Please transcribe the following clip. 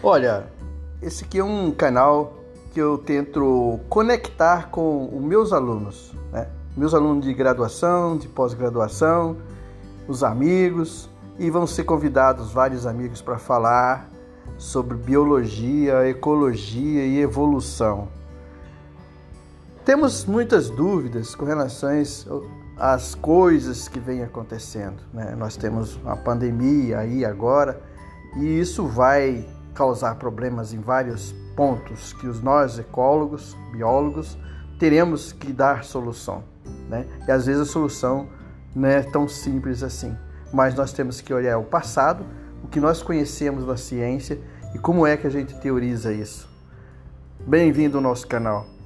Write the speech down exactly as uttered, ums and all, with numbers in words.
Olha, esse aqui é um canal que eu tento conectar com os meus alunos, né? Meus alunos de graduação, de pós-graduação, os amigos, e vão ser convidados vários amigos para falar sobre biologia, ecologia e evolução. Temos muitas dúvidas com relação às coisas que vêm acontecendo, né? Nós temos uma pandemia aí agora e isso vai causar problemas em vários pontos que os nós ecólogos, biólogos, teremos que dar solução, né? E às vezes a solução não é tão simples assim, mas nós temos que olhar o passado, o que nós conhecemos da ciência e como é que a gente teoriza isso. Bem-vindo ao nosso canal.